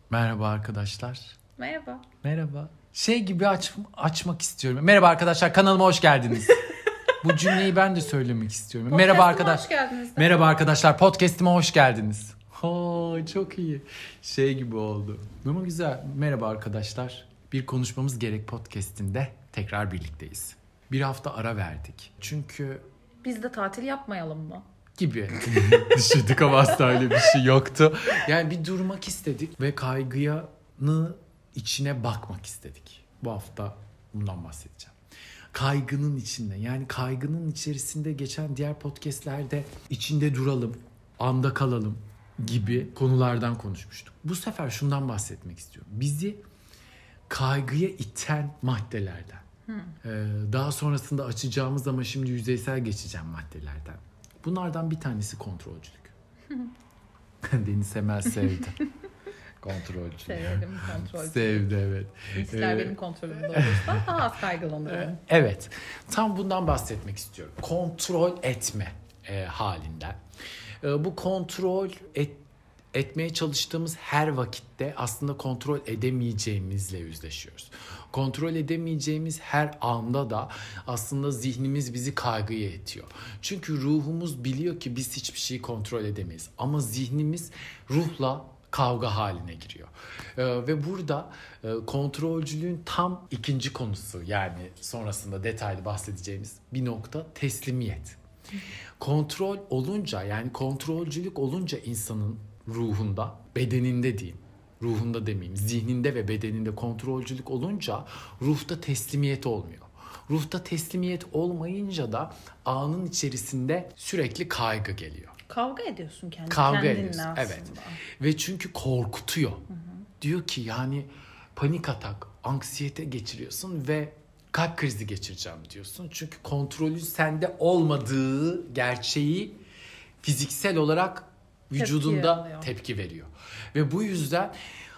Merhaba arkadaşlar. Merhaba. Merhaba. Şey gibi açmak istiyorum. Merhaba arkadaşlar, kanalıma hoş geldiniz. Bu cümleyi ben de söylemek istiyorum. Merhaba arkadaşlar. Hoş geldiniz. Merhaba arkadaşlar, podcast'ime hoş geldiniz. Çok iyi. Şey gibi oldu. Ama güzel. Merhaba arkadaşlar. Bir konuşmamız gerek podcast'inde tekrar birlikteyiz. Bir hafta ara verdik. Çünkü Biz de tatil yapmayalım mı? gibi düşündük ama asla öyle bir şey yoktu. Yani bir durmak istedik ve kaygının içine bakmak istedik. Bu hafta bundan bahsedeceğim. Kaygının içinde, yani kaygının içerisinde geçen diğer podcastlerde içinde duralım, anda kalalım gibi konulardan konuşmuştuk. Bu sefer şundan bahsetmek istiyorum. Bizi kaygıya iten maddelerden. Daha sonrasında açacağımız ama şimdi yüzeysel geçeceğim maddelerden. Bunlardan bir tanesi kontrolcülük. Deniz Emel sevdi. Kontrolcülük. Severim kontrolcülük. Sevdi, evet. İster benim kontrolümde olursa daha az kaygılanırım. Evet. Tam bundan bahsetmek istiyorum. Kontrol etme halinden. Bu kontrol etmeye çalıştığımız her vakitte aslında kontrol edemeyeceğimizle yüzleşiyoruz. Kontrol edemeyeceğimiz her anda da aslında zihnimiz bizi kaygıya itiyor. Çünkü ruhumuz biliyor ki biz hiçbir şeyi kontrol edemeyiz. Ama zihnimiz ruhla kavga haline giriyor. Ve burada kontrolcülüğün tam ikinci konusu, yani sonrasında detaylı bahsedeceğimiz bir nokta teslimiyet. Kontrol olunca, yani kontrolcülük olunca insanın ruhunda, bedeninde diyeyim, ruhunda demeyeyim, zihninde ve bedeninde kontrolcülük olunca ruhta teslimiyet olmuyor. Ruhta teslimiyet olmayınca da anın içerisinde sürekli kaygı geliyor. Kavga ediyorsun kendinle Ediyorsun, aslında. evet. Ve çünkü korkutuyor. Diyor ki yani panik atak, anksiyete geçiriyorsun ve kalp krizi geçireceğim diyorsun. Çünkü kontrolün sende olmadığı gerçeği fiziksel olarak vücudunda tepki veriyor. Ve bu yüzden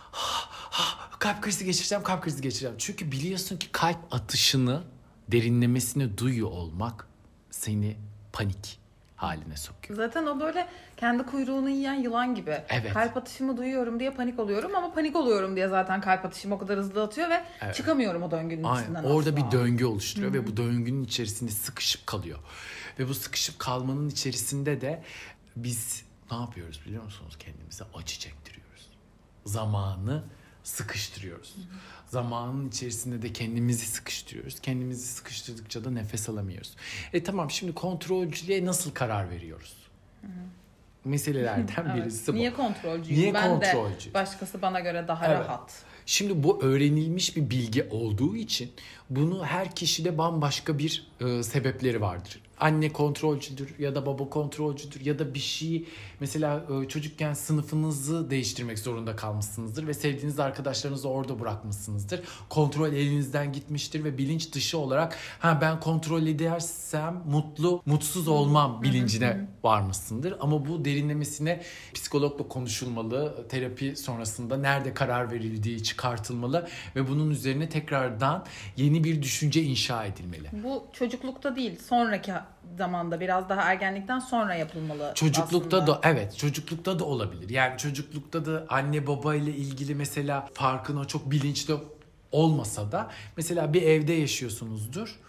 kalp krizi geçireceğim. Çünkü biliyorsun ki kalp atışını, derinlemesine duyuyor olmak seni panik haline sokuyor. Zaten o böyle kendi kuyruğunu yiyen yılan gibi. Evet. Kalp atışımı duyuyorum diye panik oluyorum ama panik oluyorum diye zaten kalp atışım o kadar hızlı atıyor ve çıkamıyorum o döngünün içinden. Orada bir döngü oluşturuyor ve bu döngünün içerisinde sıkışıp kalıyor. Ve bu sıkışıp kalmanın içerisinde de biz ne yapıyoruz biliyor musunuz? Kendimize acı çektiriyoruz. Zamanı sıkıştırıyoruz. Zamanın içerisinde de kendimizi sıkıştırıyoruz. Kendimizi sıkıştırdıkça da nefes alamıyoruz. Tamam, şimdi kontrolcülüğe nasıl karar veriyoruz? Meselelerden birisi bu. Niye kontrolcüyüm? Niye ben kontrolcü? de başkası bana göre daha rahat. Şimdi bu öğrenilmiş bir bilgi olduğu için bunu her kişide bambaşka bir sebepleri vardır. Anne kontrolcüdür ya da baba kontrolcüdür ya da bir şeyi mesela çocukken sınıfınızı değiştirmek zorunda kalmışsınızdır ve sevdiğiniz arkadaşlarınızı orada bırakmışsınızdır. Kontrol elinizden gitmiştir ve bilinç dışı olarak ben kontrol edersem mutsuz olmam bilincine varmışsındır. Ama bu derinlemesine psikologla konuşulmalı, terapi sonrasında nerede karar verildiği çıkartılmalı ve bunun üzerine tekrardan yeni bir düşünce inşa edilmeli. Bu çocuklukta değil, sonraki zamanda biraz daha ergenlikten sonra yapılmalı. Çocuklukta aslında. da evet, çocuklukta da olabilir. Yani çocuklukta da anne baba ile ilgili mesela farkına çok bilinçli olmasa da mesela bir evde yaşıyorsunuzdur.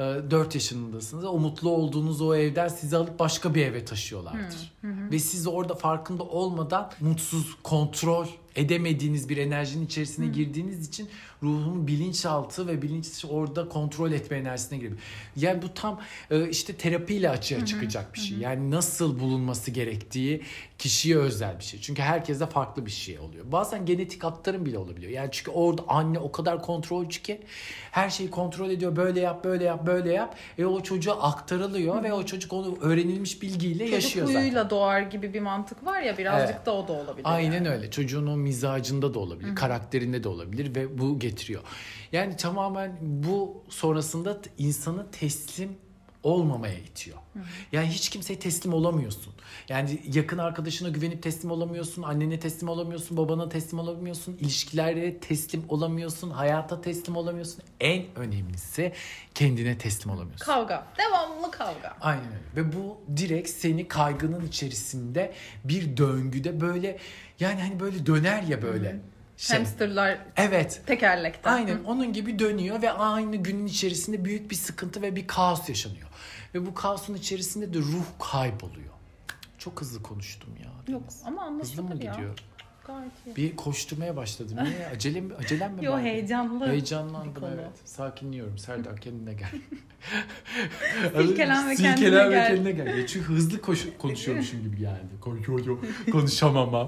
4 yaşındasınız. O mutlu olduğunuz o evden sizi alıp başka bir eve taşıyorlardır. Ve siz orada farkında olmadan mutsuz, kontrol edemediğiniz bir enerjinin içerisine girdiğiniz için ruhun bilinçaltı ve bilinç dışı orada kontrol etme enerjisine giriyor. Yani bu tam işte terapiyle açığa çıkacak bir şey. Yani nasıl bulunması gerektiği kişiye özel bir şey. Çünkü herkeste farklı bir şey oluyor. Bazen genetik aktarım bile olabiliyor. Yani çünkü orada anne o kadar kontrolcü ki her şeyi kontrol ediyor. Böyle yap, böyle yap, böyle yap. O çocuğa aktarılıyor ve o çocuk onu öğrenilmiş bilgiyle yaşıyor zaten. Çocuk huyuyla doğar gibi bir mantık var ya, birazcık da o da olabilir. Aynen öyle. Çocuğun o mizacında da olabilir, karakterinde de olabilir ve bu getiriyor. Yani tamamen bu sonrasında insanı teslim olmamaya itiyor. Yani hiç kimseye teslim olamıyorsun. Yani yakın arkadaşına güvenip teslim olamıyorsun, annene teslim olamıyorsun, babana teslim olamıyorsun, ilişkilere teslim olamıyorsun, hayata teslim olamıyorsun. En önemlisi kendine teslim olamıyorsun. Kavga, devamlı kavga. Aynen öyle. Ve bu direkt seni kaygının içerisinde bir döngüde böyle, yani hani böyle döner ya böyle. Hamsterlar evet. tekerlekten. Aynen onun gibi dönüyor ve aynı günün içerisinde büyük bir sıkıntı ve bir kaos yaşanıyor. Ve bu kaosun içerisinde de ruh kayboluyor. Çok hızlı konuştum ya. Yok ama anlaşılır ya. Hızlı mı gidiyor? Gayet iyi. Bir koşturmaya başladım. Niye? Acelem mi Yo, var? heyecanlı. Heyecanlandım evet. Sakinliyorum. Serdar kendine gel. Silkelen ve kendine gel. Ya çünkü hızlı konuşuyormuşum gibi geldi. Konuşamamam.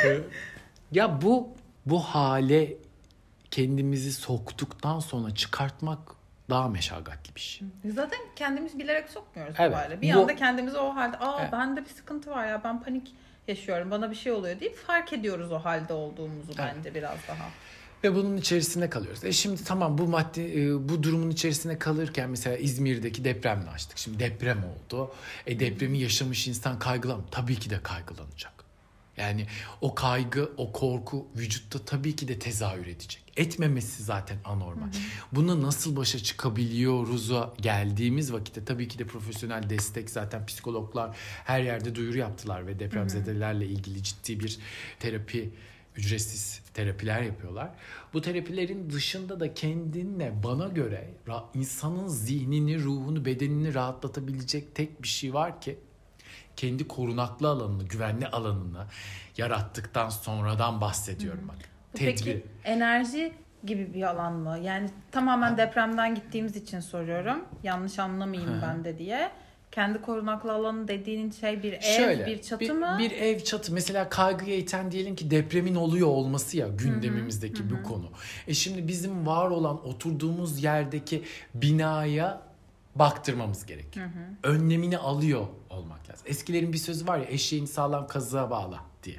Ya bu hale kendimizi soktuktan sonra çıkartmak daha meşakkatli bir şey. Zaten kendimiz bilerek sokmuyoruz evet. bu hale. Bir anda kendimizi o halde bende bir sıkıntı var ya, ben panik yaşıyorum, bana bir şey oluyor deyip fark ediyoruz o halde olduğumuzu bence biraz daha. Ve bunun içerisinde kalıyoruz. Şimdi tamam bu durumun içerisinde kalırken mesela İzmir'deki depremle açtık. Şimdi deprem oldu. Depremi yaşamış insan kaygılanır. Tabii ki de kaygılanacak. Yani o kaygı, o korku vücutta tabii ki de tezahür edecek. Etmemesi zaten anormal. Buna nasıl başa çıkabiliyoruz'a geldiğimiz vakitte tabii ki de profesyonel destek, zaten psikologlar her yerde duyuru yaptılar ve depremzedelerle ilgili ciddi bir terapi, ücretsiz terapiler yapıyorlar. Bu terapilerin dışında da kendinle bana göre insanın zihnini, ruhunu, bedenini rahatlatabilecek tek bir şey var ki kendi korunaklı alanını, güvenli alanını yarattıktan sonradan bahsediyorum bak. Peki enerji gibi bir alan mı? Yani tamamen depremden gittiğimiz için soruyorum. Yanlış anlamayayım ben de diye. Kendi korunaklı alanı dediğin şey bir ev, bir çatı mı? Bir ev, çatı. Mesela kaygıya iten diyelim ki depremin oluyor olması ya gündemimizdeki bu konu. Şimdi bizim var olan oturduğumuz yerdeki binaya baktırmamız gerekiyor. Önlemini alıyor olmak lazım. Eskilerin bir sözü var ya, eşeğini sağlam kazığa bağla diye.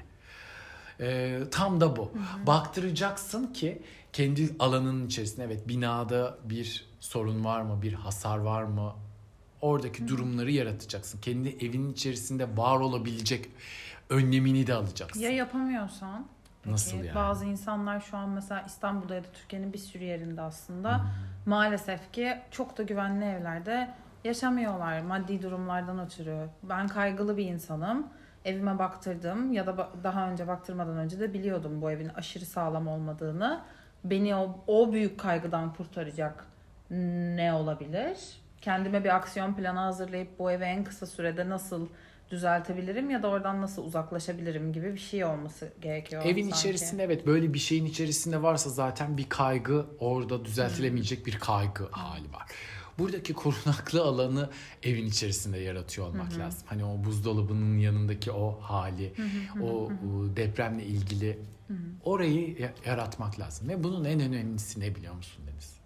Tam da bu. Baktıracaksın ki kendi alanının içerisinde evet binada bir sorun var mı, bir hasar var mı? Oradaki durumları yaratacaksın. Kendi evinin içerisinde var olabilecek önlemini de alacaksın. Ya yapamıyorsan? Nasıl yani? Bazı insanlar şu an mesela İstanbul'da ya da Türkiye'nin bir sürü yerinde aslında maalesef ki çok da güvenli evlerde yaşamıyorlar maddi durumlardan ötürü. Ben kaygılı bir insanım. Evime baktırdım ya da daha önce baktırmadan önce de biliyordum bu evin aşırı sağlam olmadığını. Beni o büyük kaygıdan kurtaracak ne olabilir? Kendime bir aksiyon planı hazırlayıp bu evi en kısa sürede nasıl düzeltebilirim ya da oradan nasıl uzaklaşabilirim gibi bir şey olması gerekiyor. Evin sanki. içerisinde evet böyle bir şeyin içerisinde varsa zaten bir kaygı, orada düzeltilemeyecek bir kaygı hali var. Buradaki korunaklı alanı evin içerisinde yaratıyor olmak lazım. Hani o buzdolabının yanındaki o hali, o depremle ilgili orayı yaratmak lazım. Ve bunun en önemlisi ne biliyor musun Deniz?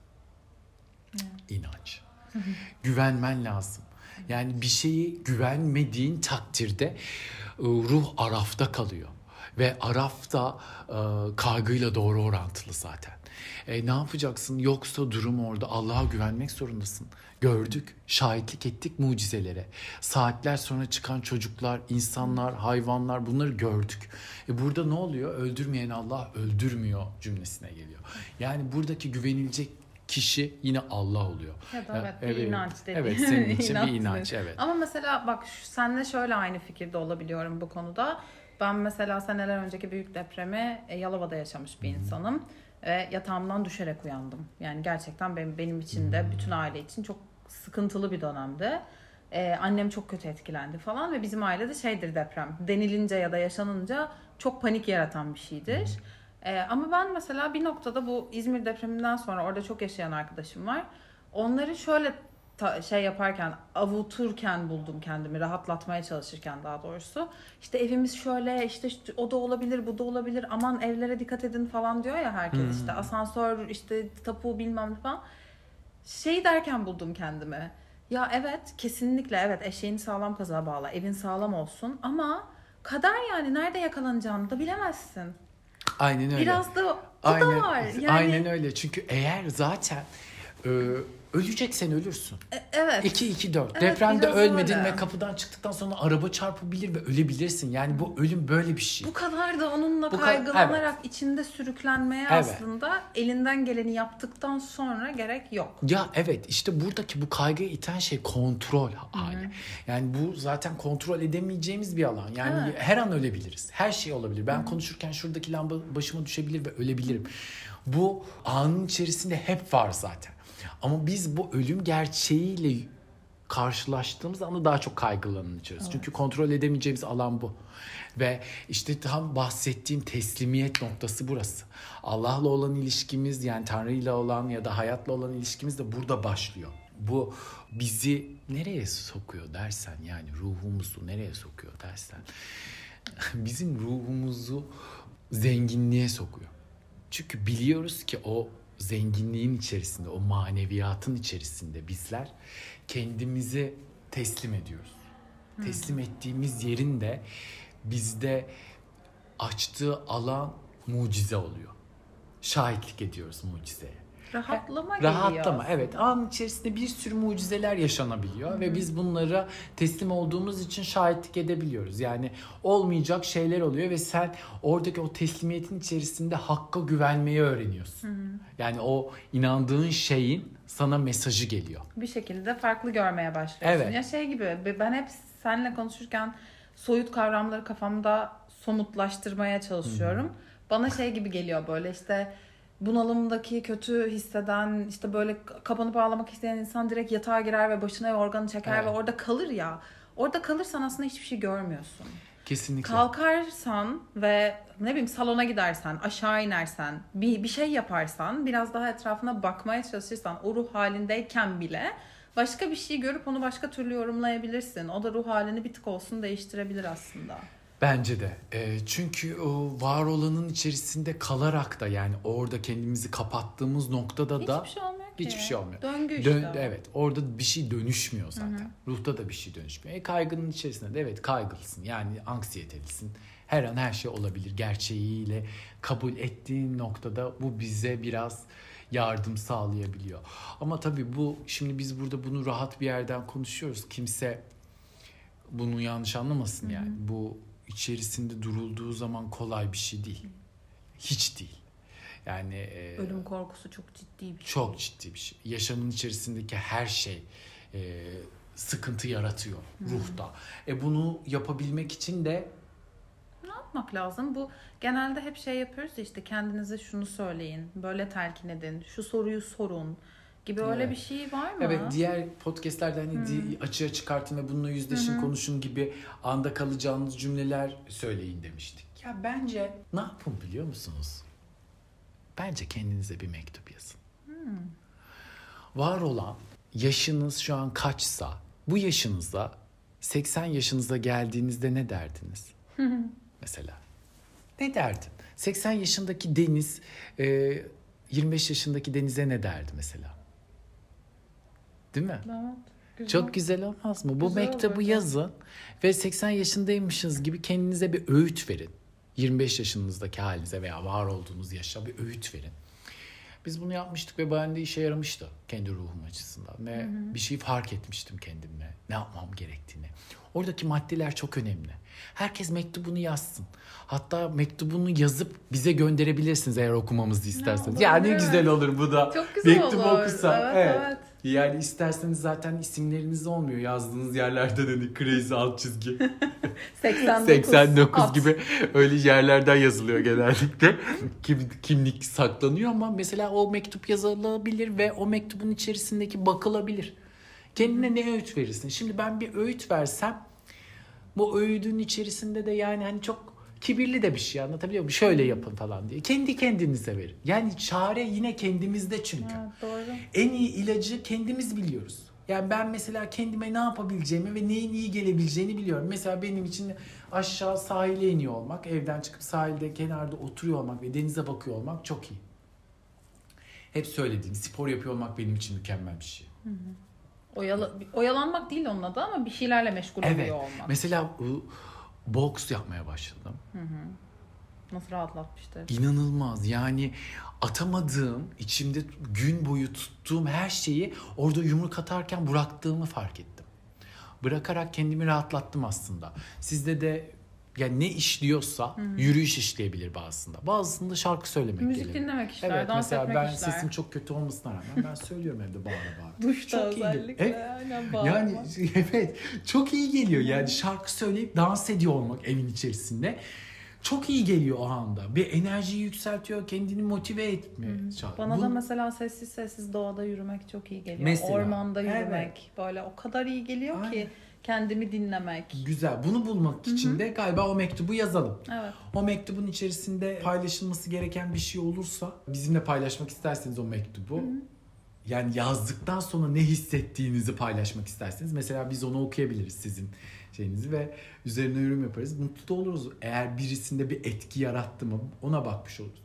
İnanç. Güvenmen lazım. Yani bir şeyi güvenmediğin takdirde ruh arafta kalıyor. Ve araf da kaygıyla doğru orantılı zaten. Ne yapacaksın? Yoksa durum orada. Allah'a güvenmek zorundasın. Gördük, şahitlik ettik mucizelere. Saatler sonra çıkan çocuklar, insanlar, hayvanlar, bunları gördük. Burada ne oluyor? Öldürmeyen Allah öldürmüyor cümlesine geliyor. Yani buradaki güvenilecek kişi yine Allah oluyor. Ya da bir inanç dediğin. Evet, senin için bir inanç. Evet. Ama mesela bak seninle şöyle aynı fikirde olabiliyorum bu konuda. Ben mesela seneler önceki büyük depremi Yalova'da yaşamış bir insanım. Ve yatağımdan düşerek uyandım. Yani gerçekten benim için de bütün aile için çok sıkıntılı bir dönemdi. Annem çok kötü etkilendi falan ve bizim ailede şeydir deprem. Denilince ya da yaşanınca çok panik yaratan bir şeydir. Ama ben mesela bir noktada bu İzmir depreminden sonra orada çok yaşayan arkadaşım var. Onları şöyle yaparken, avuturken buldum kendimi, rahatlatmaya çalışırken daha doğrusu. İşte evimiz şöyle, işte o da olabilir, bu da olabilir, aman evlere dikkat edin falan diyor ya herkes. İşte asansör, işte tapu bilmem ne falan. Derken buldum kendimi. Ya evet, kesinlikle evet, eşeğini sağlam kazığa bağla, evin sağlam olsun ama kader yani, nerede yakalanacağını da bilemezsin. Aynen öyle. Biraz da o da var. Yani... Aynen öyle. Çünkü eğer zaten Öleceksen ölürsün. Evet. 2-2-4. Evet, Depremde biraz ölmedin öyle. ve kapıdan çıktıktan sonra araba çarpabilir ve ölebilirsin. Yani bu ölüm böyle bir şey. Bu kadar da onunla Bu kaygılanarak içinde sürüklenmeye Evet. aslında elinden geleni yaptıktan sonra gerek yok. Ya evet, işte buradaki bu kaygıya iten şey kontrol hali. Yani bu zaten kontrol edemeyeceğimiz bir alan. Yani Evet. her an ölebiliriz. Her şey olabilir. Ben konuşurken şuradaki lamba başıma düşebilir ve ölebilirim. Bu anın içerisinde hep var zaten. Ama biz bu ölüm gerçeğiyle karşılaştığımız anda daha çok kaygılanacağız. Evet. Çünkü kontrol edemeyeceğimiz alan bu. Ve işte tam bahsettiğim teslimiyet noktası burası. Allah'la olan ilişkimiz, yani Tanrı'yla olan ya da hayatla olan ilişkimiz de burada başlıyor. Bu bizi nereye sokuyor dersen, yani ruhumuzu nereye sokuyor dersen, bizim ruhumuzu zenginliğe sokuyor. Çünkü biliyoruz ki o zenginliğin içerisinde, o maneviyatın içerisinde bizler kendimizi teslim ediyoruz. Teslim ettiğimiz yerin de bizde açtığı alan mucize oluyor. Şahitlik ediyoruz mucizeye. Rahatlama geliyor. Rahatlama, evet. An içerisinde bir sürü mucizeler yaşanabiliyor ve biz bunlara teslim olduğumuz için şahitlik edebiliyoruz. Yani olmayacak şeyler oluyor ve sen oradaki o teslimiyetin içerisinde hakka güvenmeyi öğreniyorsun. Yani o inandığın şeyin sana mesajı geliyor. Bir şekilde farklı görmeye başlıyorsun. Evet. Ya şey gibi, ben hep seninle konuşurken soyut kavramları kafamda somutlaştırmaya çalışıyorum. Bana şey gibi geliyor, böyle işte bunalımdaki kötü hisseden, işte böyle kapanıp ağlamak isteyen insan direkt yatağa girer ve başına yorganı çeker Evet. ve orada kalır ya. Orada kalırsan aslında hiçbir şey görmüyorsun. Kesinlikle. Kalkarsan ve ne bileyim salona gidersen, aşağı inersen, bir şey yaparsan, biraz daha etrafına bakmaya çalışırsan, o ruh halindeyken bile başka bir şey görüp onu başka türlü yorumlayabilirsin. O da ruh halini bir tık olsun değiştirebilir aslında. Bence de. Çünkü o var olanın içerisinde kalarak da, yani orada kendimizi kapattığımız noktada da Hiçbir şey olmuyor ki. hiçbir şey olmuyor. Döngü işte. Evet, orada bir şey dönüşmüyor zaten. Ruhta da bir şey dönüşmüyor. Kaygının içerisinde de evet kaygılısın. Yani anksiyetelisin. Her an her şey olabilir. Gerçeğiyle kabul ettiğin noktada bu bize biraz yardım sağlayabiliyor. Ama tabii bu, şimdi biz burada bunu rahat bir yerden konuşuyoruz. Kimse bunu yanlış anlamasın yani. Bu içerisinde durulduğu zaman kolay bir şey değil. Hiç değil. Yani Ölüm korkusu çok ciddi bir şey. çok ciddi bir şey. Yaşamın içerisindeki her şey sıkıntı yaratıyor ruhta. Bunu yapabilmek için de Ne yapmak lazım? Bu genelde hep şey yapıyoruz ya, işte kendinize şunu söyleyin, böyle telkin edin, şu soruyu sorun gibi, öyle Evet. bir şey var mı? evet, diğer podcastlerde hani açığa çıkartın ve bununla yüzleşin, konuşun gibi anda kalacağınız cümleler söyleyin demiştik. Ya bence ne yapın biliyor musunuz? Bence kendinize bir mektup yazın. Var olan yaşınız şu an kaçsa, bu yaşınıza 80 yaşınıza geldiğinizde ne derdiniz? Mesela. Ne derdin? 80 yaşındaki Deniz 25 yaşındaki Deniz'e ne derdi mesela? Değil mi? Evet. Güzel. Çok güzel olmaz mı? Bu Güzel mektubu olurdu. yazın ve 80 yaşındaymışız gibi kendinize bir öğüt verin. 25 yaşınızdaki halinize veya var olduğunuz yaşa bir öğüt verin. Biz bunu yapmıştık ve bende işe yaramıştı kendi ruhum açısından. Ve bir şey fark etmiştim kendimle. Ne yapmam gerektiğini. Oradaki maddeler çok önemli. Herkes mektubunu yazsın. Hatta mektubunu yazıp bize gönderebilirsiniz eğer okumamızı isterseniz. Ya ne evet. güzel olur bu da. Çok güzel Mektubu olur. okusak. Evet. Yani isterseniz zaten isimleriniz olmuyor yazdığınız yerlerden, hani crazy alt çizgi 89 at. gibi öyle yerlerden yazılıyor genellikle. Kimlik saklanıyor ama mesela o mektup yazılabilir ve o mektubun içerisindeki bakılabilir. Kendine ne öğüt verirsin? Şimdi ben bir öğüt versem, bu öğüdün içerisinde de yani hani çok kibirli de bir şey, anlatabiliyor muyum? Şöyle yapın falan diye. Kendi kendinize verin. Yani çare yine kendimizde çünkü. Evet, doğru. En iyi ilacı kendimiz biliyoruz. Yani ben mesela kendime ne yapabileceğimi ve neyin iyi gelebileceğini biliyorum. Mesela benim için aşağı sahile iniyor olmak, evden çıkıp sahilde kenarda oturuyor olmak ve denize bakıyor olmak çok iyi. Hep söylediğim, spor yapıyor olmak benim için mükemmel bir şey. Oyalanmak değil onun adı ama bir şeylerle meşgul oluyor olmak. Mesela boks yapmaya başladım. Nasıl rahatlatmıştır. İnanılmaz. Yani atamadığım, içimde gün boyu tuttuğum her şeyi orada yumruk atarken bıraktığımı fark ettim. Bırakarak kendimi rahatlattım aslında. Sizde de yani ne işliyorsa yürüyüş işleyebilir bazısında. Bazısında şarkı söylemek Müzik gelir. dinlemek işler, Evet, dans mesela etmek ben işler. sesim çok kötü olmasına rağmen ben söylüyorum evde bağıra bağıra. Duşta Çok iyi geliyor. özellikle. Evet. Aynen, bağırma. Yani evet, çok iyi geliyor. Yani şarkı söyleyip dans ediyor olmak evin içerisinde. Çok iyi geliyor o anda. Bir enerjiyi yükseltiyor, kendini motive etmeye çalışıyor. Bana da mesela sessiz sessiz doğada yürümek çok iyi geliyor. Mesela, Ormanda yürümek evet. böyle o kadar iyi geliyor Aynen. ki kendimi dinlemek. Güzel. Bunu bulmak için de galiba o mektubu yazalım. Evet. O mektubun içerisinde paylaşılması gereken bir şey olursa bizimle paylaşmak isterseniz o mektubu. Yani yazdıktan sonra ne hissettiğinizi paylaşmak isterseniz. Mesela biz onu okuyabiliriz sizin şeyinizi ve üzerine yorum yaparız. Mutlu da oluruz. Eğer birisinde bir etki yarattı mı ona bakmış oluruz.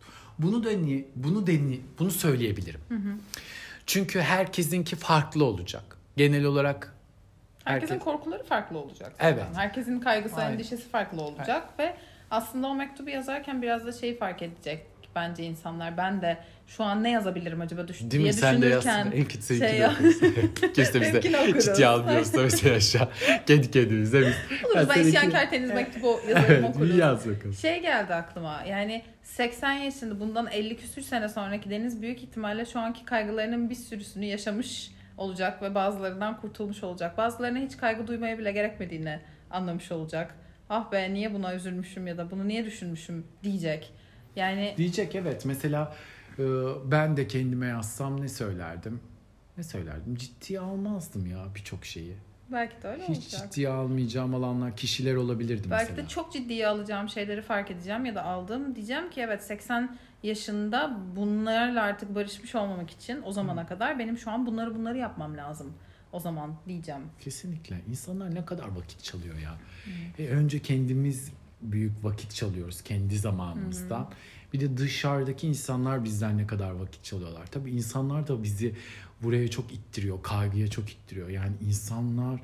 Bunu söyleyebilirim. Çünkü herkesinki farklı olacak. Genel olarak Herkesin korkuları farklı olacak. Evet. Herkesin kaygısı, Aynen. endişesi farklı olacak ve aslında o mektubu yazarken biraz da şeyi fark edecek bence insanlar. Ben de şu an ne yazabilirim acaba değil diye mi? Sen de yazsın. düşünürken En kötü seninkini şey okuruz. Keşke biz Benimkini de okuruz. ciddiye almıyoruz da mesela aşağı. Kendi kendimize biz. Oluruz, ben isyan kerteniz mektubu yazarım, Evet, okuruz. yaz bakalım. Şey geldi aklıma, yani 80 yaşında, bundan 50 küsür sene sonraki Deniz büyük ihtimalle şu anki kaygılarının bir sürüsünü yaşamış olacak ve bazılarından kurtulmuş olacak. Bazılarına hiç kaygı duymaya bile gerekmediğini anlamış olacak. Ah be, niye buna üzülmüşüm ya da bunu niye düşünmüşüm diyecek. Yani Diyecek, evet. Mesela ben de kendime yazsam ne söylerdim? Ne söylerdim? Ciddiye almazdım ya birçok şeyi. belki de öyle Hiç olacak. ciddiye almayacağım alanlar, kişiler olabilirdi Belki mesela. de çok ciddiye alacağım şeyleri fark edeceğim ya da aldım. Diyeceğim ki evet, 80 yaşında bunlarla artık barışmış olmamak için o zamana kadar benim şu an bunları yapmam lazım. O zaman diyeceğim. Kesinlikle. İnsanlar ne kadar vakit çalıyor ya. Önce kendimiz büyük vakit çalıyoruz kendi zamanımızdan. Bir de dışarıdaki insanlar bizden ne kadar vakit çalıyorlar. Tabii insanlar da bizi buraya çok ittiriyor, kaygıya çok ittiriyor. Yani insanlar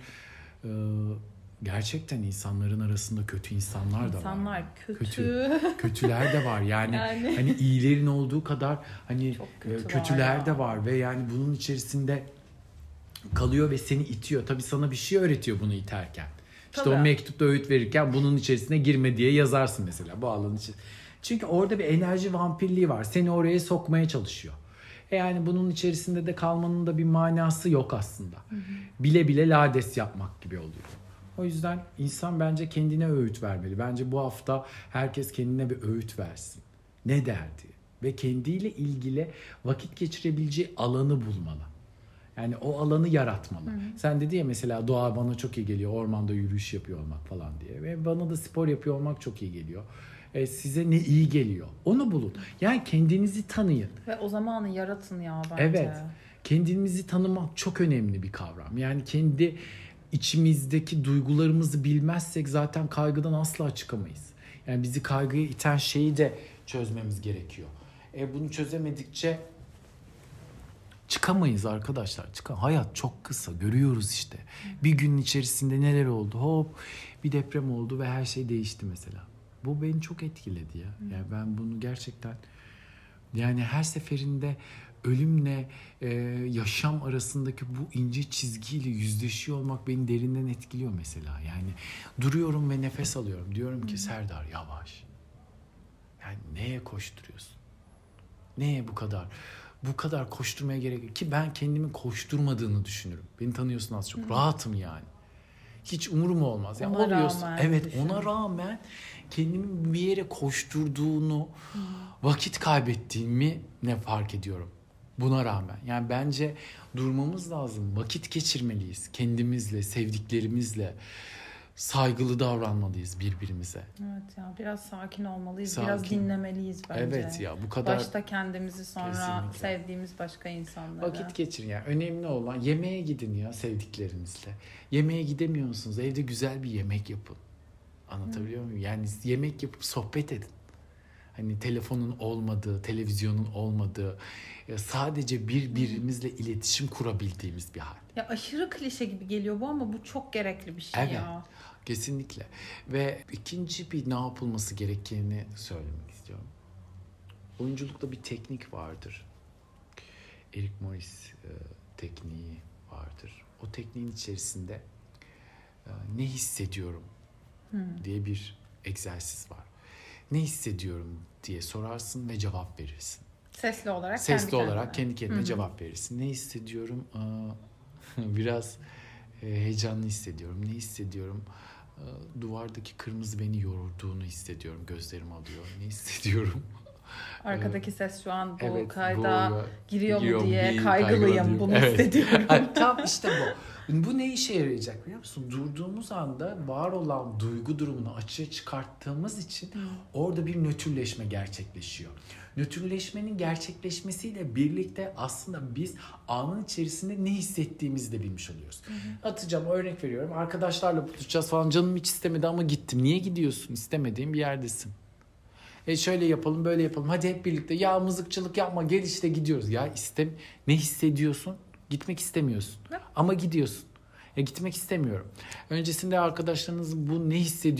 gerçekten insanların arasında kötü insanlar da var. İnsanlar kötü. Kötüler de var. Yani hani iyilerin olduğu kadar hani Çok kötü kötüler var de ya. var ve yani bunun içerisinde kalıyor ve seni itiyor. Tabii sana bir şey öğretiyor bunu iterken. İşte Tabii. o mektupta öğüt verirken bunun içerisine girme diye yazarsın mesela bu alanın için. Çünkü orada bir enerji vampirliği var. Seni oraya sokmaya çalışıyor. Yani bunun içerisinde de kalmanın da bir manası yok aslında. Bile bile lades yapmak gibi oluyor. O yüzden insan bence kendine öğüt vermeli. Bence bu hafta herkes kendine bir öğüt versin. Ne derdi? Ve kendiyle ilgili vakit geçirebileceği alanı bulmalı. Yani o alanı yaratmalı. Sen dedi ya mesela doğa bana çok iyi geliyor. Ormanda yürüyüş yapıyor olmak falan diye. Ve bana da spor yapıyor olmak çok iyi geliyor. Size ne iyi geliyor? Onu bulun. Yani kendinizi tanıyın. Ve o zamanı yaratın ya bence. Evet. Kendimizi tanımak çok önemli bir kavram. Yani kendi içimizdeki duygularımızı bilmezsek zaten kaygıdan asla çıkamayız. Yani bizi kaygıya iten şeyi de çözmemiz gerekiyor. Bunu çözemedikçe çıkamayız arkadaşlar. Hayat çok kısa. Görüyoruz işte. Bir günün içerisinde neler oldu? Hop bir deprem oldu ve her şey değişti mesela. Bu beni çok etkiledi ya. Yani ben bunu gerçekten yani her seferinde ölümle yaşam arasındaki bu ince çizgiyle yüzleşiyor olmak beni derinden etkiliyor mesela. Yani duruyorum ve nefes alıyorum. Diyorum ki Serdar yavaş. Yani neye koşturuyorsun? Neye bu kadar? Bu kadar koşturmaya gerek yok ki ben kendimin koşturmadığını düşünürüm. Beni tanıyorsun az çok. Rahatım yani. Hiç umurum olmaz. Yani Ona oluyorsun. rağmen Evet, düşün. ona rağmen kendimin bir yere koşturduğunu, vakit kaybettiğimi ne fark ediyorum. Buna rağmen. Yani bence durmamız lazım. Vakit geçirmeliyiz kendimizle, sevdiklerimizle. Saygılı davranmalıyız birbirimize. Evet ya, biraz sakin olmalıyız. Sakin. Biraz dinlemeliyiz bence. Evet ya, bu kadar Başta kendimizi, sonra Kesinlikle. sevdiğimiz başka insanları. vakit geçirin ya. Önemli olan yemeğe gidin ya sevdiklerinizle. Yemeğe gidemiyorsunuz. Evde güzel bir yemek yapın. Anlatabiliyor muyum? Yani yemek yapıp sohbet edin. Hani telefonun olmadığı, televizyonun olmadığı, sadece birbirimizle iletişim kurabildiğimiz bir hal. Ya aşırı klişe gibi geliyor bu ama bu çok gerekli bir şey Evet. ya. Kesinlikle. Ve ikinci bir ne yapılması gerektiğini söylemek Oyunculukta bir teknik vardır. Eric Morris tekniği vardır. O tekniğin içerisinde ne hissediyorum diye bir egzersiz var. Ne hissediyorum diye sorarsın ve cevap verirsin. Sesli olarak kendi kendine cevap verirsin. Ne hissediyorum? Biraz heyecanlı hissediyorum. Ne hissediyorum? Duvardaki kırmızı beni yorduğunu hissediyorum. Gözlerim alıyor. Ne hissediyorum? Arkadaki ses şu an bu Evet, kayda giriyor mu diye bir kaygılıyım. Bunu Evet. hissediyorum. Tam işte bu. Bu ne işe yarayacak biliyor musun? Durduğumuz anda var olan duygu durumunu açığa çıkarttığımız için orada bir nötrleşme gerçekleşiyor. Nötrleşmenin gerçekleşmesiyle birlikte aslında biz anın içerisinde ne hissettiğimizi de bilmiş oluyoruz. Atacağım, örnek veriyorum. Arkadaşlarla buluşacağız falan, canım hiç istemedi ama gittim. Niye gidiyorsun? İstemediğin bir yerdesin. Şöyle yapalım, böyle yapalım. Hadi hep birlikte. Ya mızıkçılık yapma, gel işte gidiyoruz. Ya ne hissediyorsun? Gitmek istemiyorsun. Ama gidiyorsun. Gitmek istemiyorum. Öncesinde arkadaşlarınız bu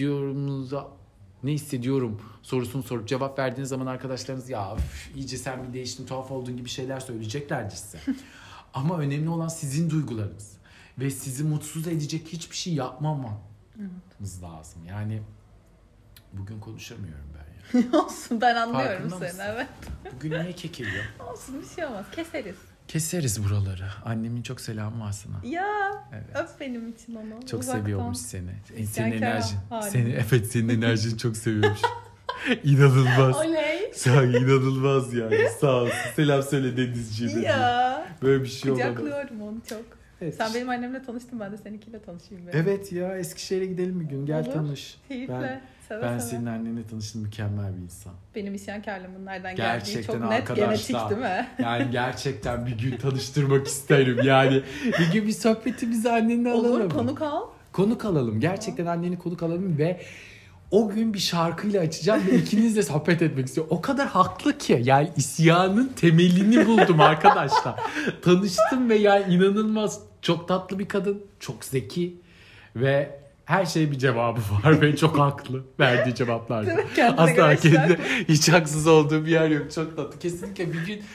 ne hissediyorum sorusunu sorup cevap verdiğiniz zaman arkadaşlarınız ya iyice sen bir değiştin, tuhaf olduğun gibi şeyler söyleyeceklerdir size. Ama önemli olan sizin duygularınız. Ve sizi mutsuz edecek hiçbir şey yapmamanız lazım. Yani bugün konuşamıyorum ben ya. Olsun, ben anlıyorum Farkında seni. mısın? Evet. Bugün niye kekeliyor? Olsun, bir şey olmaz. Keseriz. Keseriz buraları. Annemin çok selamı var sana. Ya Evet. öp benim için onu. Çok Uzaktan. seviyormuş seni. Senin İsyankar enerjin. halim. Senin enerjini çok seviyormuş. İnanılmaz. Oley. İnanılmaz yani. Sağ olsun. Selam söyle Denizciğe de. Ya. Böyle bir şey olamaz. Kucaklıyorum onu çok. Evet. Sen benim annemle tanıştın, ben de seninkiyle tanışayım. Evet ya, Eskişehir'e gidelim bir gün. Gel Olur. tanış. Keyifle. Ben senin annenle tanıştım. Mükemmel bir insan. Benim isyankarlığımın nereden Gerçekten geldiği çok net arkadaşlar. genetik değil mi? Yani gerçekten bir gün tanıştırmak isterim. Yani bir gün bir sohbetimizi annenle alalım. Olur, konuk al. Konuk alalım. Gerçekten anneni konuk alalım ve o gün bir şarkıyla açacağım ve ikinizle sohbet etmek istiyorum. O kadar haklı ki. Yani isyanın temelini buldum arkadaşlar. Tanıştım ve yani inanılmaz. Çok tatlı bir kadın. Çok zeki. Ve her şeye bir cevabı var ve çok haklı verdiği cevaplarda. Asla kendi hiç haksız olduğu bir yer yok. Çok tatlı. Kesinlikle bir gün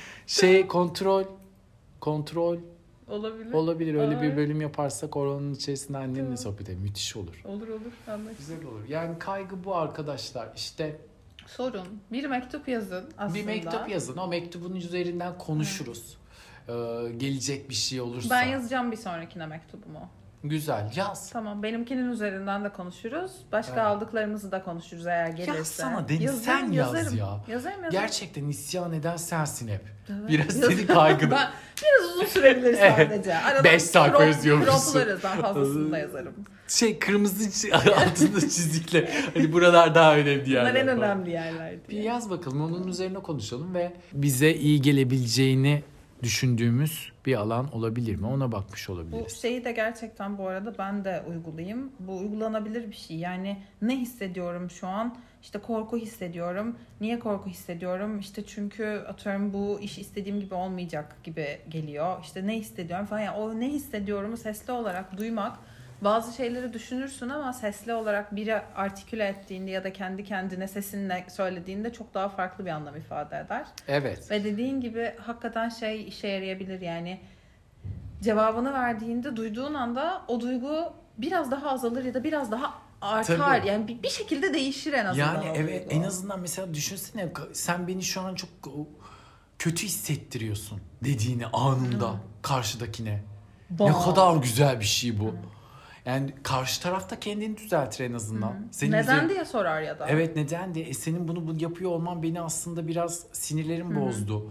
kontrol olabilir. Öyle bir bölüm yaparsak oranın içerisinde annenle sohbet edelim. Müthiş olur. Olur anlaşılır. Güzel olur. Yani kaygı bu arkadaşlar. İşte sorun. Bir mektup yazın aslında. bir mektup yazın. O mektubun üzerinden konuşuruz. Gelecek bir şey olursa. Ben yazacağım bir sonrakine mektubumu. Güzel. Yaz. Tamam. Benimkinin üzerinden de konuşuruz. Başka aldıklarımızı da konuşuruz eğer gelirse. Yazsana Deniz. Sen yaz ya. Yazarım. Gerçekten isyan eden sensin hep. Evet. Biraz senin kaygını. Biraz uzun sürebilir sadece. Arada 5 sayfa yazıyormuşsun. Croplarız. Ben fazlasını da yazarım. Kırmızı altında çizikle. Hani buralar daha önemli yerler. Bunlar en önemli yerler diye. Bir yaz bakalım. Onun üzerine konuşalım ve bize iyi gelebileceğini düşündüğümüz bir alan olabilir mi? Ona bakmış olabiliriz. Bu şeyi de gerçekten bu arada ben de uygulayayım. Bu uygulanabilir bir şey. Yani ne hissediyorum şu an? İşte korku hissediyorum. Niye korku hissediyorum? İşte çünkü atıyorum bu iş istediğim gibi olmayacak gibi geliyor. İşte ne hissediyorum falan. Yani o ne hissediyorumu sesli olarak duymak. Bazı şeyleri düşünürsün ama sesli olarak biri artiküle ettiğinde ya da kendi kendine sesinle söylediğinde çok daha farklı bir anlam ifade eder. Evet. Ve dediğin gibi hakikaten işe yarayabilir yani. Cevabını verdiğinde duyduğun anda o duygu biraz daha azalır ya da biraz daha artar. Tabii. Yani bir şekilde değişir en azından. Yani evet, en azından mesela düşünsene, sen beni şu an çok kötü hissettiriyorsun dediğini anında karşıdakine. Ne kadar güzel bir şey bu. Yani karşı tarafta kendini düzeltir en azından. Neden diye sorar ya da. Evet, neden diye. Senin bunu yapıyor olman beni aslında biraz sinirlerim bozdu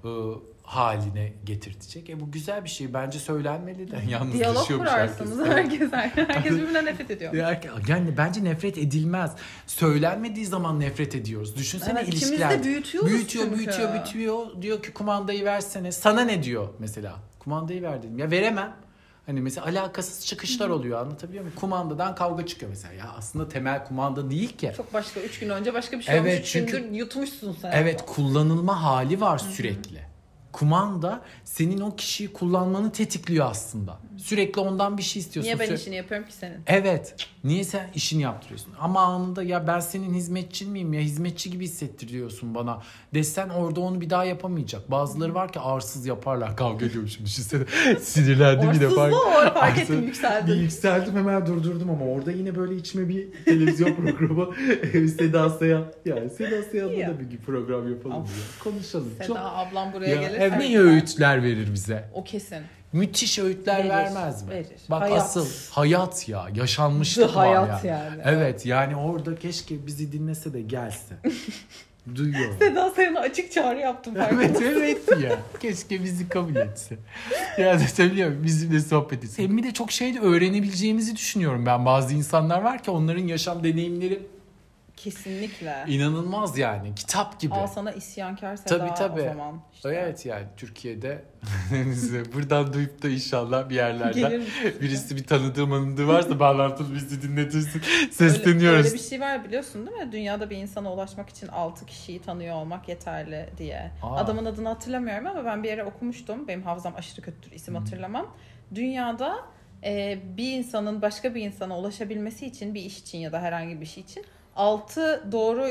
haline getirtecek. Bu güzel bir şey. Bence söylenmeli de. Yalnız diyalog kurarsınız. Herkes birbirinden nefret ediyor. Yani bence nefret edilmez. Söylenmediği zaman nefret ediyoruz. Düşünsene, ilişkiler. İçimizde büyütüyor. Diyor ki kumandayı versene. Sana ne diyor mesela? Kumandayı ver dedim. Ya veremem. Hani mesela alakasız çıkışlar oluyor, anlatabiliyor muyum? Kumandadan kavga çıkıyor mesela. Ya aslında temel kumanda değil ki. Çok başka. 3 gün önce başka bir şey olmuş. 3 gündür yutmuşsun sen. Evet, kullanılma hali var sürekli. kumanda senin o kişiyi kullanmanı tetikliyor aslında. Sürekli ondan bir şey istiyorsun. Niye ben işini yapıyorum ki senin? Evet. Niye sen işini yaptırıyorsun? Ama anında ya ben senin hizmetçin miyim ya, hizmetçi gibi hissettiriyorsun bana desen orada onu bir daha yapamayacak. Bazıları var ki arsız yaparlar. Kavga ediyorum şimdi. Sinirlendim yine. Fark ettim, yükseldim. Bir yükseldim, hemen durdurdum ama orada yine böyle içime bir televizyon programı Seda Sayan. Yani Seda Sayan'la da bir program yapalım ya. Konuşalım. Seda ablam buraya gelir. Ne öğütler verir bize? O kesin. Müthiş öğütler Verir, vermez mi? verir. Bak Hayat. asıl hayat ya, yaşanmışlık var hayat ya. yani. Evet yani orada keşke bizi dinlese de gelse. Duyuyor. Seda Sayan'a açık çağrı yaptım. Evet ya. Keşke bizi kabul etse. Ya da söylüyorum bizimle sohbet etse. Hem de çok şey de öğrenebileceğimizi düşünüyorum ben. Bazı insanlar var ki onların yaşam deneyimleri Kesinlikle. inanılmaz yani. Kitap gibi. Al sana isyankar Seda Tabii. o zaman. İşte. Evet yani Türkiye'de buradan duyup da inşallah bir yerlerden birisi bir tanıdığı varsa bağlantılı bizi dinletirsin. Sesleniyoruz. Öyle bir şey var biliyorsun değil mi? Dünyada bir insana ulaşmak için 6 kişiyi tanıyor olmak yeterli diye. Adamın adını hatırlamıyorum ama ben bir yere okumuştum. Benim hafızam aşırı kötüdür, isim hatırlamam. Dünyada bir insanın başka bir insana ulaşabilmesi için, bir iş için ya da herhangi bir şey için 6 doğru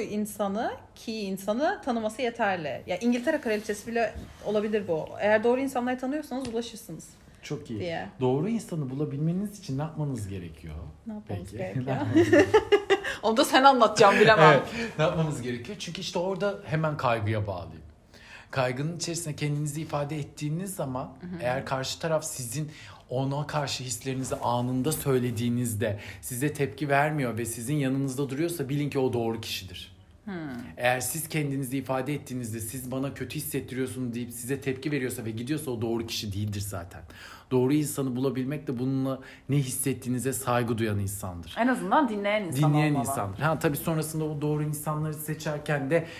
insanı tanıması yeterli. Ya İngiltere kraliçesi bile olabilir bu. Eğer doğru insanları tanıyorsanız ulaşırsınız. Çok iyi. Diye. Doğru insanı bulabilmeniz için ne yapmanız gerekiyor? Ne yapmamız Peki. gerekiyor? Onu da sen anlatacaksın, bilemem. Evet, ne yapmamız gerekiyor? Çünkü işte orada hemen kaygıya bağlıyım. Kaygının içerisinde kendinizi ifade ettiğiniz zaman eğer karşı taraf sizin ona karşı hislerinizi anında söylediğinizde size tepki vermiyor ve sizin yanınızda duruyorsa bilin ki o doğru kişidir. Eğer siz kendinizi ifade ettiğinizde siz bana kötü hissettiriyorsun deyip size tepki veriyorsa ve gidiyorsa o doğru kişi değildir zaten. Doğru insanı bulabilmek de bununla ne hissettiğinize saygı duyan insandır. En azından dinleyen olmalı. İnsandır. Tabii sonrasında o doğru insanları seçerken de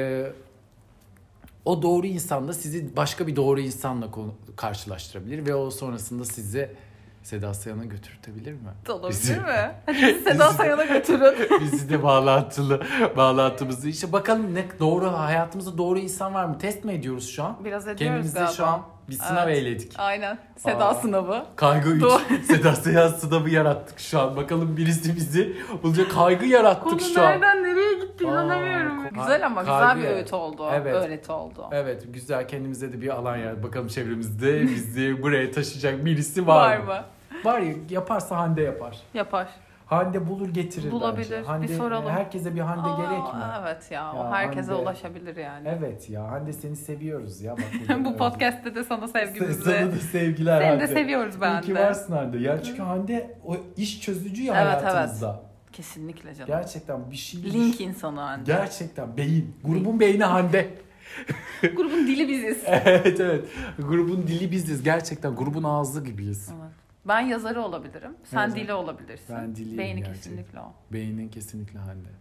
o doğru insan da sizi başka bir doğru insanla karşılaştırabilir ve o sonrasında sizi Seda Sayan'a götürtebilir mi? Olabilir mi? Hadi Seda Sayan'a götürün. Bizi de bağlantımızı işte bakalım ne doğru hayatımızda doğru insan var mı? Test mi ediyoruz şu an? Biraz ediyoruz kendimize galiba. Şu an bir sınav eyledik. Aynen. Seda sınavı. Kaygı 3. Seda Sayan sınavı yarattık şu an. Bakalım birisi bizi bulacak. Kaygı yarattık şu an. Nereden nereye gitti inanamıyorum. Güzel ama güzel bir öğüt oldu. Evet. Öğreti oldu. Evet güzel, kendimize de bir alan yarat. Bakalım çevremizde bizi buraya taşıyacak birisi var mı? Var ya, yaparsa Hande yapar. Yapar. Hande bulur getirir Bulabilir. bence. Hande, bir soralım. Herkese bir Hande gerek mi? Evet ya. O herkese Hande, ulaşabilir yani. Evet ya. Hande seni seviyoruz ya. Bak, Bu podcast'te de sana sevgimizi. Sana da sevgiler Seni Hande. de seviyoruz ben de. İyi ki varsın Hande. Ya çünkü Hande o iş çözücü ya hayatımızda. Evet. Kesinlikle canım. Gerçekten bir şey. Link insanı Hande. Gerçekten beyin. Grubun beyni Hande. Grubun dili biziz. Evet. Grubun dili biziz. Gerçekten grubun ağzı gibiyiz. Evet. Ben yazarı olabilirim. Sen dili olabilirsin. Ben diliyim Beyni gerçekten. kesinlikle o. Beynin kesinlikle Hande.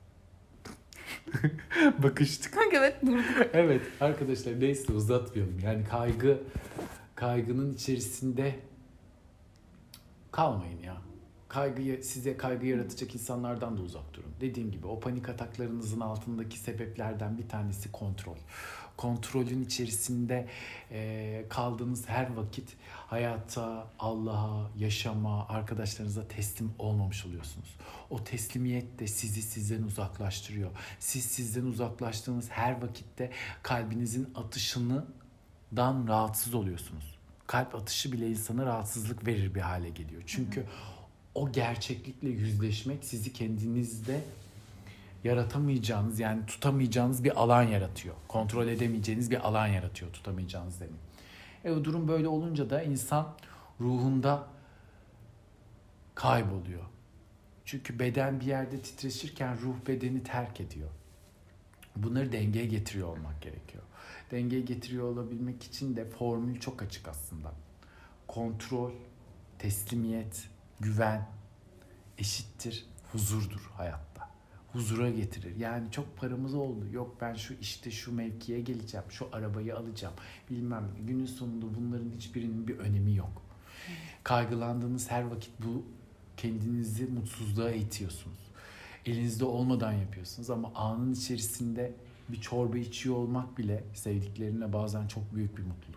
Bakıştık. Evet. Evet arkadaşlar neyse uzatmayalım. Yani kaygının içerisinde kalmayın ya. Size kaygı yaratacak insanlardan da uzak durun. Dediğim gibi o panik ataklarınızın altındaki sebeplerden bir tanesi kontrol. Kontrolün içerisinde kaldığınız her vakit hayata, Allah'a, yaşama, arkadaşlarınıza teslim olmamış oluyorsunuz. O teslimiyet de sizi sizden uzaklaştırıyor. Siz sizden uzaklaştığınız her vakitte kalbinizin atışından rahatsız oluyorsunuz. Kalp atışı bile insana rahatsızlık verir bir hale geliyor. Çünkü o gerçeklikle yüzleşmek sizi kendinizde yaratamayacağınız, yani tutamayacağınız bir alan yaratıyor. Kontrol edemeyeceğiniz bir alan yaratıyor, tutamayacağınız demin. Bu durum böyle olunca da insan ruhunda kayboluyor. Çünkü beden bir yerde titreşirken ruh bedeni terk ediyor. Bunları dengeye getiriyor olmak gerekiyor. Dengeye getiriyor olabilmek için de formül çok açık aslında. Kontrol, teslimiyet, güven eşittir huzurdur hayatta. Huzura getirir. Yani çok paramız oldu. Yok ben şu mevkiye geleceğim. Şu arabayı alacağım. Bilmem. Günün sonunda bunların hiçbirinin bir önemi yok. Kaygılandığınız her vakit bu kendinizi mutsuzluğa itiyorsunuz. Elinizde olmadan yapıyorsunuz ama anın içerisinde bir çorba içiyor olmak bile sevdiklerinle bazen çok büyük bir mutluluk.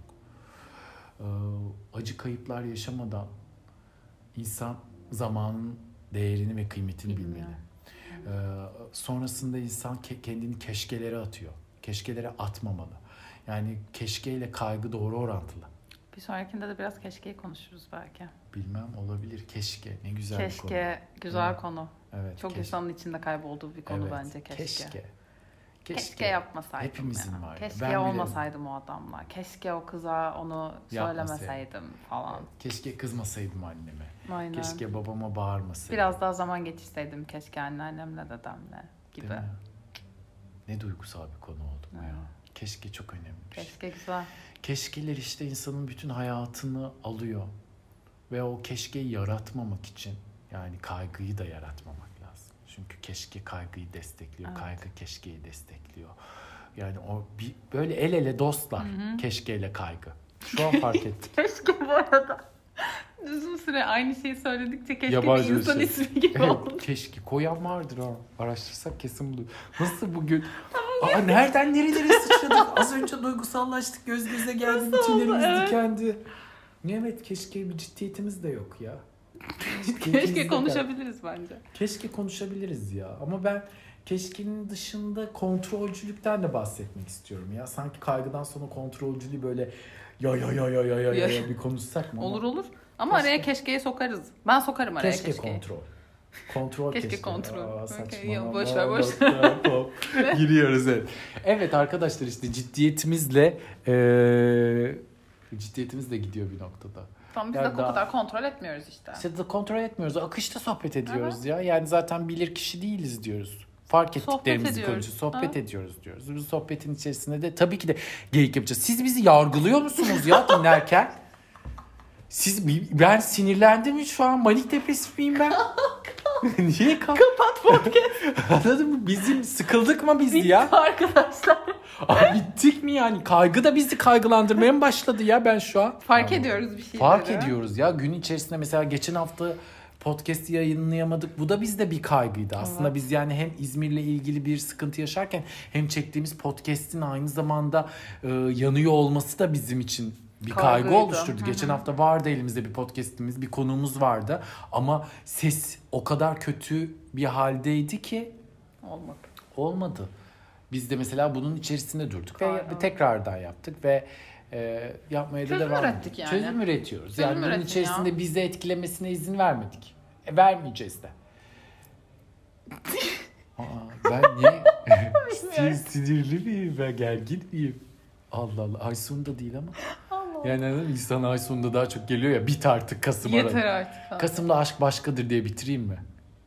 Acı kayıplar yaşamadan insan zamanın değerini ve kıymetini bilmeli. Sonrasında insan kendini keşkelere atıyor. Keşkelere atmamalı. Yani keşkeyle kaygı doğru orantılı. Bir sonrakinde de biraz keşkeyi konuşuruz belki. Bilmem, olabilir. Keşke. Ne güzel bir konu. Keşke güzel konu. Evet. Çok insanın içinde kaybolduğu bir konu bence keşke. Keşke yapmasaydım. Hepimizin ya. var. Keşke Ben bile olmasaydım o adamla. Keşke o kıza onu söylemeseydim falan. Keşke kızmasaydım anneme. Aynen. Keşke babama bağırmasaydım. Biraz daha zaman geçirseydim keşke anneannemle dedemle gibi. Değil mi? Ne duygusal bir konu oldu bu ya. Evet. Keşke çok önemli. Keşke güzel. Keşkeler işte insanın bütün hayatını alıyor. Ve o keşkeyi yaratmamak için yani kaygıyı da yaratmamak lazım. Çünkü keşke kaygıyı destekliyor. Evet. Kaygı keşkeyi destekliyor. Yani o böyle el ele dostlar. Hı-hı. Keşkeyle kaygı. Şu an fark ettim. Keşke bu arada. Uzun süre aynı şeyi söyledikçe keşke yabancı bir insan ismi gibi oldu. Keşke. Koyan vardır ha. Araştırsak kesin bulur. Nasıl bugün? Nereden nerelere sıçradık? Az önce duygusallaştık. Göz göze geldi. Tüylerimiz dikendi. Evet, keşke bir ciddiyetimiz de yok ya. Keşke konuşabiliriz bence. Keşke konuşabiliriz ya. Ama ben keşkenin dışında kontrolcülükten de bahsetmek istiyorum ya. Sanki kaygıdan sonra kontrolcülüğü böyle ya bir konuşsak mı? Olur. Ama araya keşkeyi sokarız. Ben sokarım araya keşkeyi. Kontrol. Kontrol keşke. Kontrol. Saçmalama. Boş ver. Giriyoruz evet. Evet arkadaşlar, işte ciddiyetimizle gidiyor bir noktada. Tamam, biz de o kadar kontrol etmiyoruz işte. İşte de kontrol etmiyoruz. Akışta sohbet ediyoruz ya. Yani zaten bilir kişi değiliz diyoruz. Fark ettiklerimizi konuşuyoruz. Sohbet ediyoruz diyoruz. Bu sohbetin içerisinde de tabii ki de geyik yapacağız. Siz bizi yargılıyor musunuz ya dinlerken? Ben sinirlendim mi şu an? Manik depresif miyim ben? Niye kapat podcast. Anladın mı? Bizim sıkıldık mı biz ya? Bitti arkadaşlar. Bittik mi yani? Kaygı da bizi kaygılandırmaya mı başladı ya ben şu an? Fark ediyoruz bir şeyleri. Fark ediyoruz ya. Gün içerisinde mesela geçen hafta podcast'i yayınlayamadık. Bu da bizde bir kaygıydı. Aslında biz yani hem İzmir'le ilgili bir sıkıntı yaşarken hem çektiğimiz podcast'in aynı zamanda yanıyor olması da bizim için bir kaygı oluşturdu. Hı-hı. Geçen hafta vardı elimizde bir podcast'imiz, bir konuğumuz vardı. Ama ses o kadar kötü bir haldeydi ki olmadı. Biz de mesela bunun içerisinde durduk ve tekrardan yaptık ve yapmaya da devam ettik. Yani. Çözüm üretiyoruz. Yani bunun içerisinde bizi etkilemesine izin vermedik. Vermeyeceğiz de. Ben niye sinirli miyim ve gergin miyim? Allah Allah. Ay sonunda değil ama. Yani insan ay sonunda daha çok geliyor ya. Bit artık Kasım arada. Yeter artık. Kasım'da aşk başkadır diye bitireyim mi?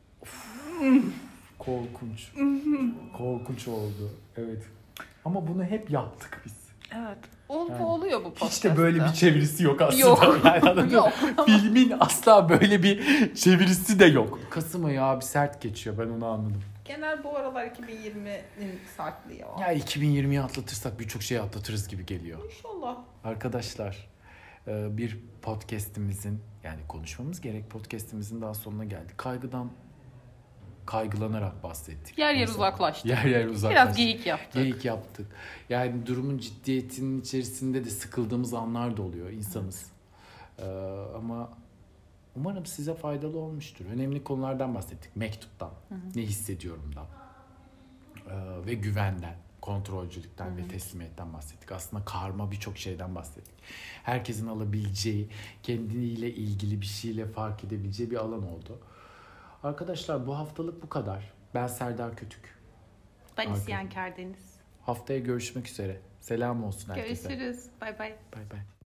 Korkunç. Korkunç oldu. Evet. Ama bunu hep yaptık biz. Evet. Oluyor bu podcast'ta. Hiç de böyle bir çevirisi yok aslında. Yok. Filmin asla böyle bir çevirisi de yok. Kasım ayı abi sert geçiyor. Ben onu anladım. Genel bu aralar 2020'nin sertliği ya. Ya 2020'yi atlatırsak birçok şeyi atlatırız gibi geliyor. İnşallah. Arkadaşlar bir podcast'imizin yani konuşmamız gerek podcast'imizin daha sonuna geldik. Kaygılanarak bahsettik. Yer uzaklaştık. Yer uzaklaştık. Biraz geyik yaptık. Yani durumun ciddiyetinin içerisinde de sıkıldığımız anlar da oluyor. İnsanız. Ama umarım size faydalı olmuştur. Önemli konulardan bahsettik. Mektuptan, ne hissediyorumdan ve güvenden, kontrolcülükten ve teslimiyetten bahsettik. Aslında karma birçok şeyden bahsettik. Herkesin alabileceği, kendiyle ilgili bir şeyle fark edebileceği bir alan oldu. Arkadaşlar bu haftalık bu kadar. Ben Serdar Kötük. Ben İsyankar Deniz. Haftaya görüşmek üzere. Selam olsun herkese. Görüşürüz. Bay bay. Bay bay.